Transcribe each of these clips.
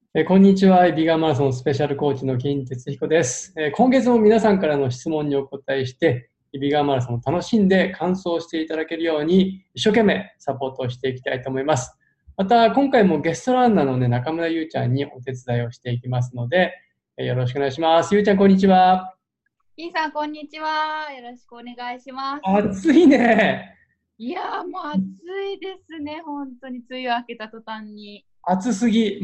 こんにちは。ビガンマラソンスペシャルコーチの金哲彦です。今月も皆さんからの質問にお答えして、ビガンマラソンを楽しんで完走していただけるように一生懸命サポートをしていきたいと思います。また、今回もゲストランナーのね、中村ゆうちゃんにお手伝いをしていきますので、よろしくお願いします。ゆうちゃん、こんにちは。 金さん、こんにちは。よろしくお願いします。 暑いね。 いやー、もう暑いですね。本当に梅雨明けた途端に。 暑すぎ。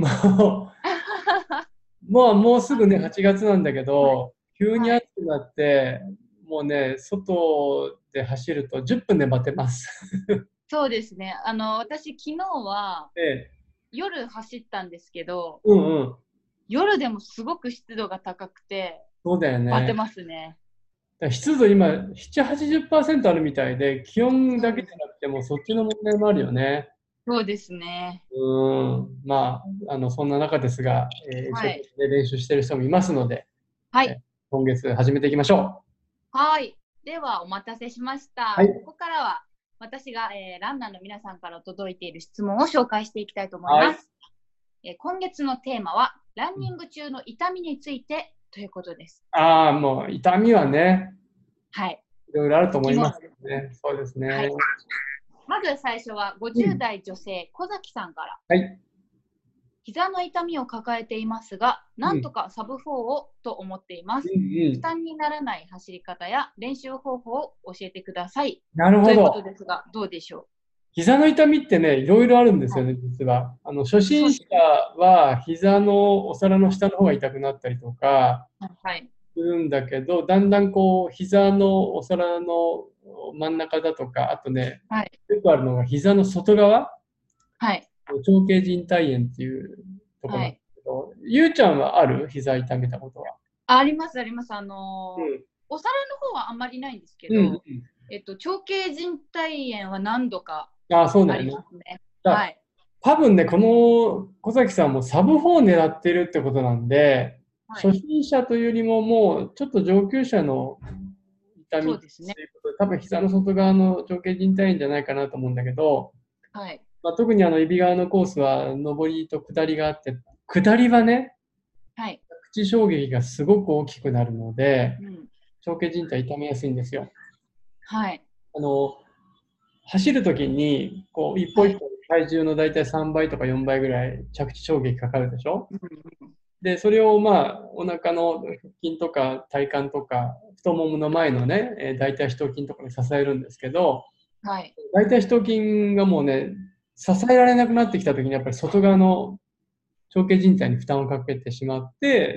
もうすぐね、8月なんだけはい。 ど、急にはい。 暑くなって、もうね、外で走ると10分でバテます。 そうですね。私、昨日はで、 夜走ったんですけど、 うんうん。 夜でもすごく湿度が高くて、 そうだよね。 バテますね。 だから湿度今、7、80%あるみたいで、気温だけじそうです。 ゃなくても、そっちの問題もあるよね。 そうですね。 まあ、そんな中ですが、一生懸はい。 命練習している人もいますので、 はい。 今月始めていきましょはい。では、お待たせしましう。はた。 い。 ここからは、私が、ランナーの皆さんから届いている質問を紹介していきたいと思いはい。 ます。今月のテーマは、ランニング中の痛みについてということです。 ああ、もう痛みはね、 はい。 いろいろあると思いますつきものですね。 ね。そうですね。 はい。まず最初は50 うん。 代女性、小崎さんから。 はい。 膝の痛みを抱えていますが、 うん。 なんとかサブ4をと思っていまうんす。 うん。 負担にならない走り方や練習方法を教えてください。 なるということほど。 ですが、どうでしょ膝の痛みってね、いろいろあるんでう。はい。 すよね、実は。初心者そうですね。 は膝のお皿の下の方が痛くなったりとかはい。 するんだけど、だんだんこう、膝のお皿の真ん中だとか、あとね、 はい。 よくあるのが膝の外側、 はい。 長径靭帯炎っていうところなんではい。 すけど、ゆうちゃんはある膝痛めたことは？ あります、あります。 うん。 お皿の方はあんまりないんですけうん、 ど、 うん。 長径靭帯炎は何度かああ、そうだありよね。 ますね。はだい。 多分ね、この小崎さんもサブ4を狙ってるってことなんで、 はい。 初心者というよりももうちょっと上級者の痛みとそうですね。 いうことで、多分膝の外側の長径靭帯炎じゃないかなと思うんだけど、 はい。 まあ、特に揖斐川のコースは上りと下りがあって、下りはね、 はい。 口衝撃がすごく大きくなるので、 うん。 長径靭帯痛めやすいんですよ。 はい。 あの、走るときに、こう、一歩はい。 一歩体重のだいたい3倍とか4倍ぐらい着地衝撃かかるでしょ。 うんうん。 で、それをまあ、お腹の腹筋とか体幹とか、太ももの前のね、大腿四頭筋とかで支えるんですけど、 はい。 大腿四頭筋がもうね、支えられなくなってきたときに、やっぱり外側の長径靭帯に負担をかけてしまって、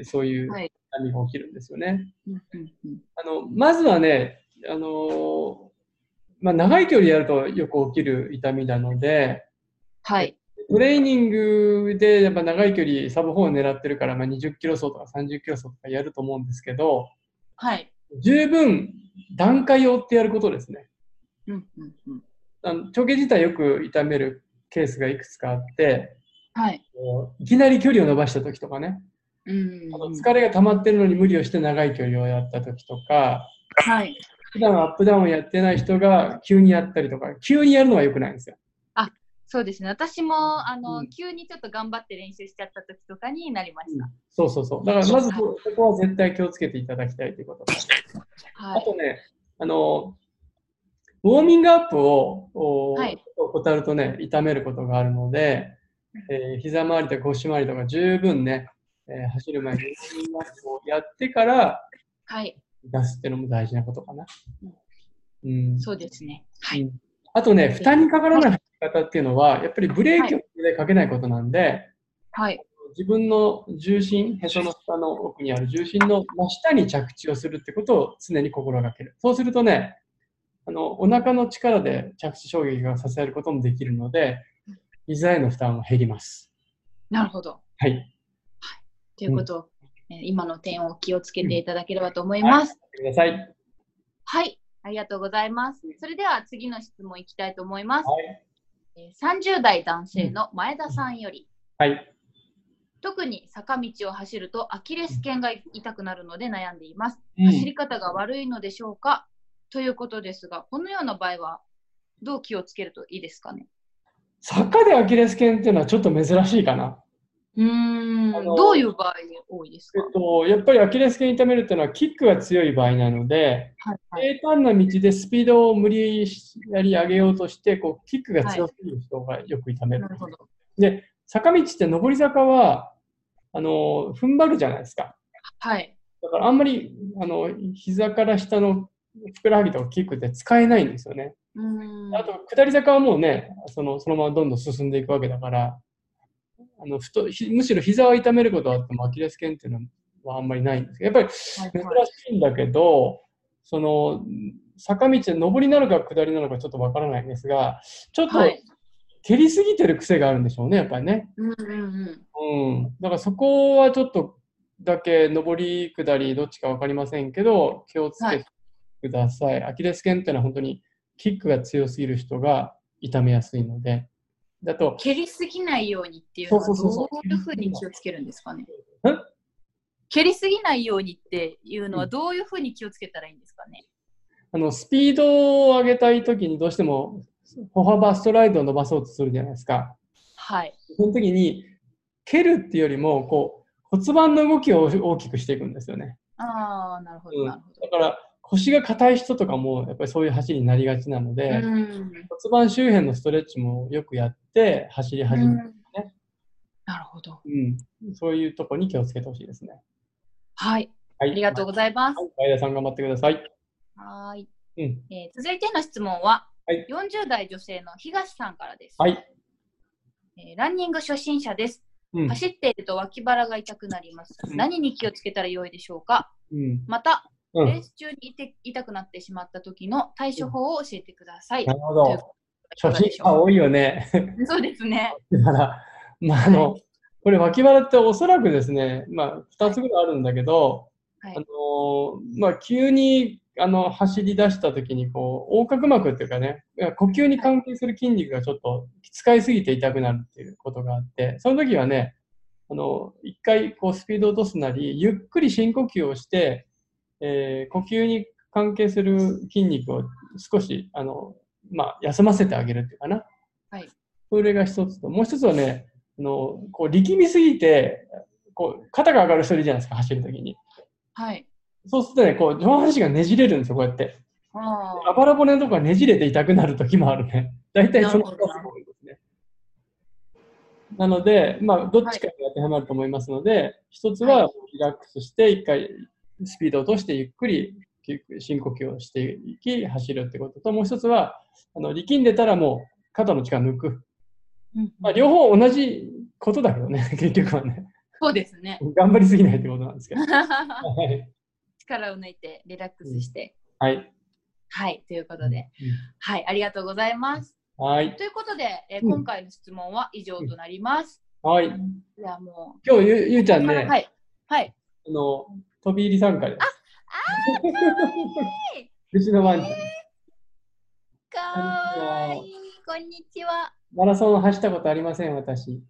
そういうはい。 痛みが起きるんですよね。 うんうんうん。 まずはね、まあ、長い距離やるとよく起きる痛みなので、えはい。 トレーニングでやっぱ長い距離サブ4を狙ってるから、まあ、20キロ走とか30キロ走とかやると思うんですけど、 はい。 十分段階を追ってやることですね。 うんうんうん。 長径自体よく痛めるケースがいくつかあって、 はい。 いきなり距離を伸ばした時とかね、 うんうん。 疲れが溜まってるのに無理をして長い距離をやった時とか、 はい。 普段アップダウンをやってない人が急にやったりとか、急にやるのは良くないんですよ。 あ、そうですね。私も、 うん。 急にちょっと頑張って練習しちゃった時とかになりまうん、 した。 そうそうそう。だからまずはい。 そこは絶対気をつけていただきたいということと。 はい。 あとね、あの、ウォーミングアップをはい。 怠るとね、痛めることがあるので、膝周りとか腰周りとか十分ね、走る前にウォーミングアップをやってからはい。 出すっていうのも大事なことかな。 うん、 うん。 そうですね。はい。 うん。あとね、負担にかからはい。 ない走り方っていうのは、やっぱりブレーはい。 キをかけないことなんで、 はい。 自分の重心、へその下の奥にある重心の真下に着地をするってことを常に心がける。そうするとね、お腹の力で着地衝撃が支えることもできるので、膝への負担は減ります。 なるほど。 はい。 はい。というん。 うことを、今の点を気をつけうん。 ていただければと思いはい。 ます。 ください。 はい。ありがとうございます。それでは次の質問いきたいと思います。 はい。 30代男うん。 性の前田さんより、 はい。 特に坂道を走るとアキレス腱が痛くなるので悩んでいます。 うん。 走り方が悪いのでしょうかということですが、このような場合はどう気をつけるといいですかね？ 坂でアキレス腱っていうのはちょっと珍しいかな。 どういう場合多いですか？ やっぱりアキレス腱痛めるっていうのはキックが強い場合なので、平坦な道でスピードを無理やり上げようとして、キックが強すぎる人がよく痛める。で、坂道って上り坂は、踏ん張るじゃないですか。 はい。 だからあんまり、膝から下のふくらはぎとかキックって使えないんですよね。あと、下り坂はもうね、そのままどんどん進んでいくわけだから、むしろ膝を痛めることはあってもアキレス腱っていうのはあんまりないんですけど、やっぱり珍しいんだけど、坂道で上りなのか下りなのかちょっとわからないんですが、ちょっと蹴りすぎてる癖があるんでしょうね、やっぱりね。だからそこはちょっとだけ上り下りどっちかわかりませんけど、気をつけてください。アキレス腱っていうのは本当にキックが強すぎる人が痛めやすいので。だと蹴りすぎないようにっていうのはどういうふうに気をつけるんですかね。蹴りすぎないようにっていうのはどういうふうに気をつけたらいいんですかね。 スピードを上げたいときにどうしても歩幅ストライドを伸ばそうとするじゃないですか。 はい。 その時に蹴るっていうよりも骨盤の動きを大きくしていくんですよね。 ああ、なるほど、なるほど。 だから腰が硬い人とかもやっぱりそういう走りになりがちなので、骨盤周辺のストレッチもよくやって走り始めるんですね。 なるほど。 そういうところに気をつけてほしいですね。 はい。ありがとうございます。 前田さん頑張ってください。 はい。続いての質問は、40代女性の東さんからです。 はい。 ランニング初心者です。走っていると脇腹が痛くなります。何に気をつけたらよいでしょうか。また、レース中に痛くなってしまった時の対処法を教えてください。 なるほど。初心者多いよね。 そうですね。 だから、これ脇腹っておそらくですね、2つぐらいあるんだけど、急に走り出した時に横隔膜っていうかね、呼吸に関係する筋肉がちょっと使いすぎて痛くなるっていうことがあって、その時はね、一回スピードを落とすなり、ゆっくり深呼吸をして、呼吸に関係する筋肉を少し休ませてあげるっていうかな。それが一つと、もう一つはね、力みすぎて肩が上がる人いるじゃないですか、走るときに。そうするとね、上半身がねじれるんですよ、こうやって。あばら骨のとこがねじれて痛くなるときもあるね。大体その2つが多いですね。なので、どっちかに当てはまると思いますので、一つはリラックスして、一回スピードを落としてゆっくり深呼吸をしていき、走るってことと、もう一つは、力んでたらもう肩の力抜く。両方同じことだけどね、結局はね。 そうですね。 頑張りすぎないってことなんですけど。 力を抜いてリラックスして。 はい。 はい、ということで。はい、ありがとうございます。 はい。 ということで、今回の質問は以上となります。 はい。 じゃあもう。 今日ゆうちゃんね、 はい。 飛び入り参加です。うちのワンちゃん。 かわいい。こんにちは。 マラソン走ったことありません、私。い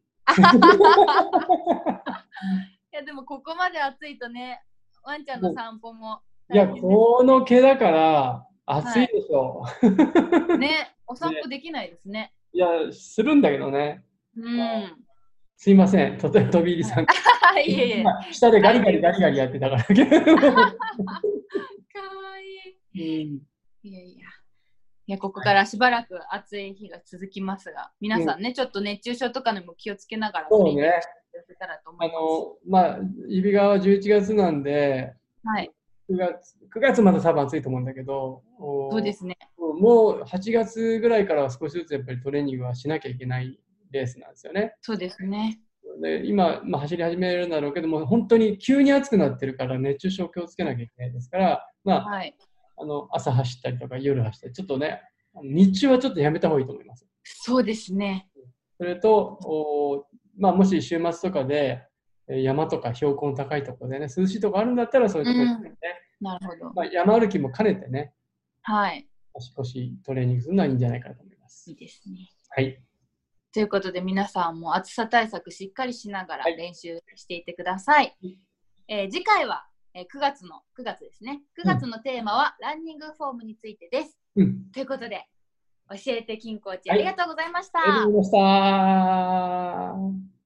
や、でもここまで暑いとね、ワンちゃんの散歩も。 いや、この毛だから暑いでしょ。 ね、お散歩できないですね。 いや、するんだけどね。すいません、飛び入り参加。 いえいえ。 下でガリガリガリガリやってたから。かわいい。いや、ここからしばらく暑い日が続きますが、皆さんね、ちょっと熱中症とかにも気をつけながら、 そうね。揖斐川は11月なんで、9月まで多分暑いと思うんだけど、 そうですね。 もう8月ぐらいからは少しずつやっぱりトレーニングはしなきゃいけないレースなんですよね。 そうですね。 で今、走り始めるんだろうけども、本当に急に暑くなってるから熱中症気をつけなきゃいけないですから、朝走ったりとか夜走ったり、ちょっとね、日中はちょっとやめた方がいいと思います。 そうですね。 それと、もし週末とかで山とか標高の高いところでね、涼しいところあるんだったらそういうところにね、 なるほど。 山歩きも兼ねてね、 足腰トレーニングするのはいいんじゃないかと思います。 いいですね。 はい。 ということで皆さんも暑さ対策しっかりしながら練習していってください。次回は9月ですね。9月のテーマはランニングフォームについてです。ということで、教えて金コーチありがとうございました。 ありがとうございました。